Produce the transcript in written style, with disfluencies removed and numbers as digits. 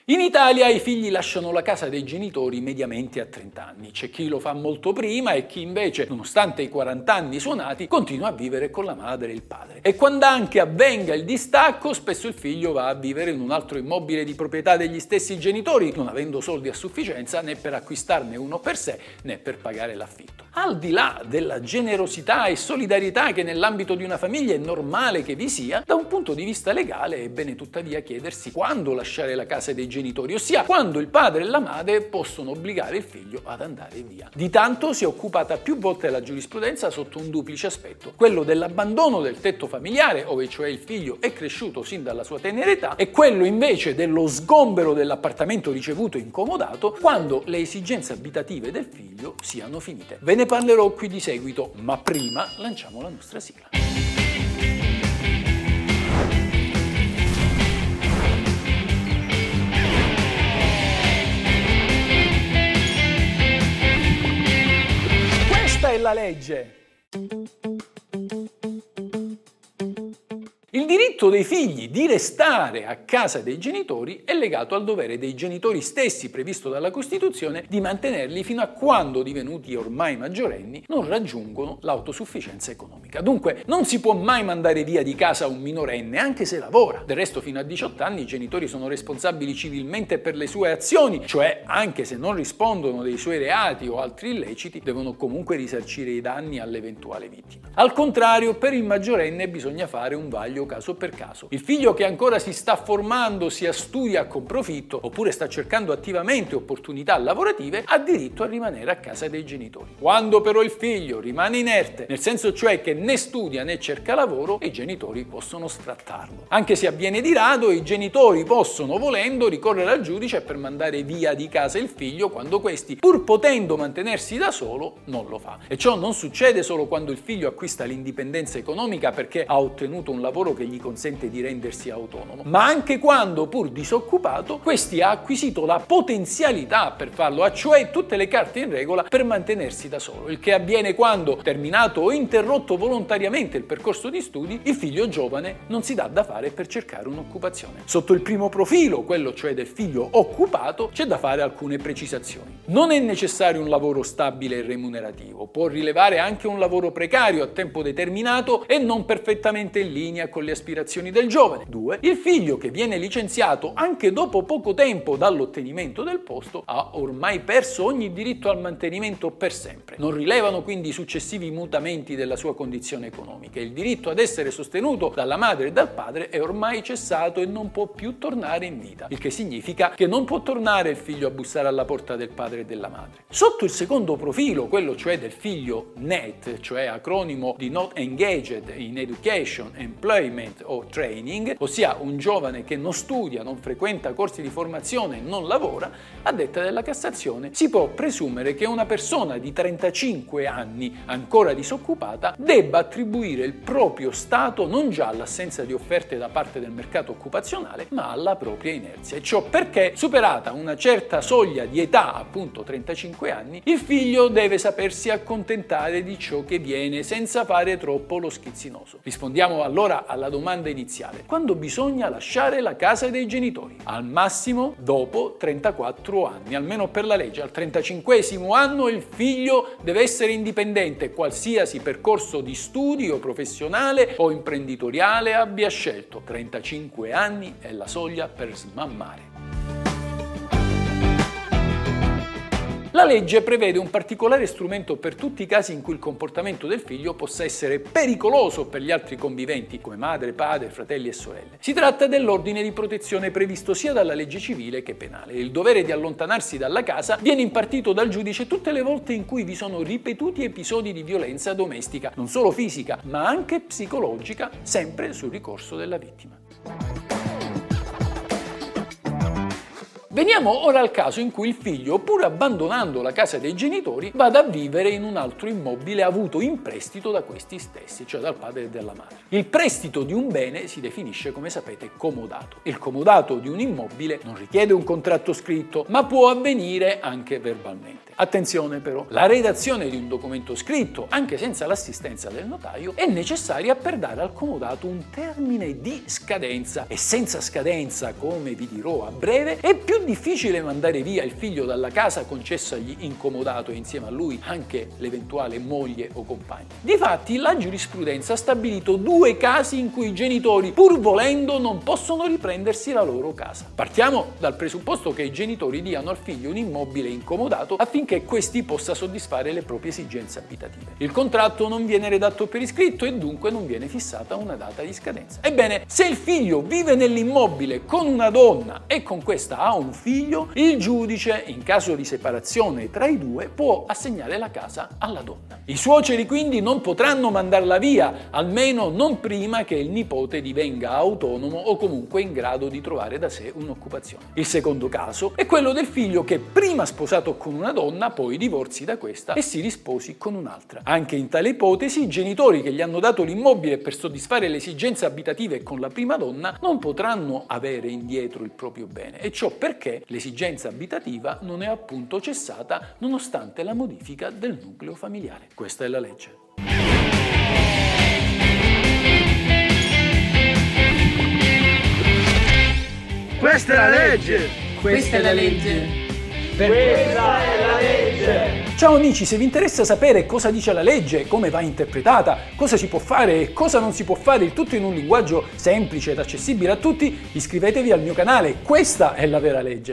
In Italia i figli lasciano la casa dei genitori mediamente a 30 anni. C'è chi lo fa molto prima e chi invece, nonostante i 40 anni suonati, continua a vivere con la madre e il padre. E quando anche avvenga il distacco, spesso il figlio va a vivere in un altro immobile di proprietà degli stessi genitori, non avendo soldi a sufficienza né per acquistarne uno per sé né per pagare l'affitto. Al di là della generosità e solidarietà che nell'ambito di una famiglia è normale che vi sia, da un punto di vista legale è bene tuttavia chiedersi quando lasciare la casa dei genitori, ossia quando il padre e la madre possono obbligare il figlio ad andare via. Di tanto si è occupata più volte la giurisprudenza sotto un duplice aspetto, quello dell'abbandono del tetto familiare, ove cioè il figlio è cresciuto sin dalla sua tenera età, e quello invece dello sgombero dell'appartamento ricevuto incomodato quando le esigenze abitative del figlio siano finite. Ve ne parlerò qui di seguito, ma prima lanciamo la nostra sigla. Questa è la legge. Il diritto dei figli di restare a casa dei genitori è legato al dovere dei genitori stessi previsto dalla Costituzione di mantenerli fino a quando, divenuti ormai maggiorenni, non raggiungono l'autosufficienza economica. Dunque non si può mai mandare via di casa un minorenne anche se lavora. Del resto fino a 18 anni i genitori sono responsabili civilmente per le sue azioni, cioè anche se non rispondono dei suoi reati o altri illeciti devono comunque risarcire i danni all'eventuale vittima. Al contrario, per il maggiorenne bisogna fare un vaglio caso per caso. Il figlio che ancora si sta formando, sia studia con profitto oppure sta cercando attivamente opportunità lavorative, ha diritto a rimanere a casa dei genitori. Quando però il figlio rimane inerte, nel senso cioè che né studia né cerca lavoro, i genitori possono sfrattarlo. Anche se avviene di rado, i genitori possono, volendo, ricorrere al giudice per mandare via di casa il figlio quando questi, pur potendo mantenersi da solo, non lo fa. E ciò non succede solo quando il figlio acquista l'indipendenza economica perché ha ottenuto un lavoro che gli consente di rendersi autonomo, ma anche quando, pur disoccupato, questi ha acquisito la potenzialità per farlo, ha cioè tutte le carte in regola per mantenersi da solo, il che avviene quando, terminato o interrotto volontariamente il percorso di studi, il figlio giovane non si dà da fare per cercare un'occupazione. Sotto il primo profilo, quello cioè del figlio occupato, c'è da fare alcune precisazioni. Non è necessario un lavoro stabile e remunerativo, può rilevare anche un lavoro precario a tempo determinato e non perfettamente in linea con le aspirazioni del giovane. 2. Il figlio che viene licenziato anche dopo poco tempo dall'ottenimento del posto ha ormai perso ogni diritto al mantenimento per sempre. Non rilevano quindi i successivi mutamenti della sua condizione economica. Il diritto ad essere sostenuto dalla madre e dal padre è ormai cessato e non può più tornare in vita, il che significa che non può tornare il figlio a bussare alla porta del padre e della madre. Sotto il secondo profilo, quello cioè del figlio NEET, cioè acronimo di Not Engaged in Education, Employment o Training, ossia un giovane che non studia, non frequenta corsi di formazione e non lavora, a detta della Cassazione si può presumere che una persona di 35 anni ancora disoccupata debba attribuire il proprio stato non già all'assenza di offerte da parte del mercato occupazionale, ma alla propria inerzia. E ciò perché, superata una certa soglia di età, appunto 35 anni, il figlio deve sapersi accontentare di ciò che viene senza fare troppo lo schizzinoso. Rispondiamo allora alla domanda iniziale: quando bisogna lasciare la casa dei genitori? Al massimo dopo 34 anni, almeno per la legge. Al 35esimo anno il figlio deve essere indipendente, qualsiasi percorso di studio professionale o imprenditoriale abbia scelto. 35 anni è la soglia per smammare. La legge prevede un particolare strumento per tutti i casi in cui il comportamento del figlio possa essere pericoloso per gli altri conviventi, come madre, padre, fratelli e sorelle. Si tratta dell'ordine di protezione previsto sia dalla legge civile che penale. Il dovere di allontanarsi dalla casa viene impartito dal giudice tutte le volte in cui vi sono ripetuti episodi di violenza domestica, non solo fisica, ma anche psicologica, sempre sul ricorso della vittima. Veniamo ora al caso in cui il figlio, pur abbandonando la casa dei genitori, vada a vivere in un altro immobile avuto in prestito da questi stessi, cioè dal padre e dalla madre. Il prestito di un bene si definisce, come sapete, comodato. Il comodato di un immobile non richiede un contratto scritto, ma può avvenire anche verbalmente. Attenzione però, la redazione di un documento scritto, anche senza l'assistenza del notaio, è necessaria per dare al comodato un termine di scadenza, e senza scadenza, come vi dirò a breve, è più difficile mandare via il figlio dalla casa concessagli in comodato e insieme a lui anche l'eventuale moglie o compagna. Difatti la giurisprudenza ha stabilito 2 casi in cui i genitori, pur volendo, non possono riprendersi la loro casa. Partiamo dal presupposto che i genitori diano al figlio un immobile in comodato affinché questi possa soddisfare le proprie esigenze abitative. Il contratto non viene redatto per iscritto e dunque non viene fissata una data di scadenza. Ebbene, se il figlio vive nell'immobile con una donna e con questa ha un figlio, il giudice, in caso di separazione tra i due, può assegnare la casa alla donna. I suoceri quindi non potranno mandarla via, almeno non prima che il nipote divenga autonomo o comunque in grado di trovare da sé un'occupazione. Il secondo caso è quello del figlio che prima sposato con una donna, poi divorzi da questa e si risposi con un'altra. Anche in tale ipotesi i genitori che gli hanno dato l'immobile per soddisfare le esigenze abitative con la prima donna non potranno avere indietro il proprio bene, e ciò perché l'esigenza abitativa non è appunto cessata nonostante la modifica del nucleo familiare. Questa è la legge. Questa è la legge! Questa è la legge! Questa è la legge! Ciao amici, se vi interessa sapere cosa dice la legge, come va interpretata, cosa si può fare e cosa non si può fare, il tutto in un linguaggio semplice ed accessibile a tutti, iscrivetevi al mio canale. Questa è la vera legge.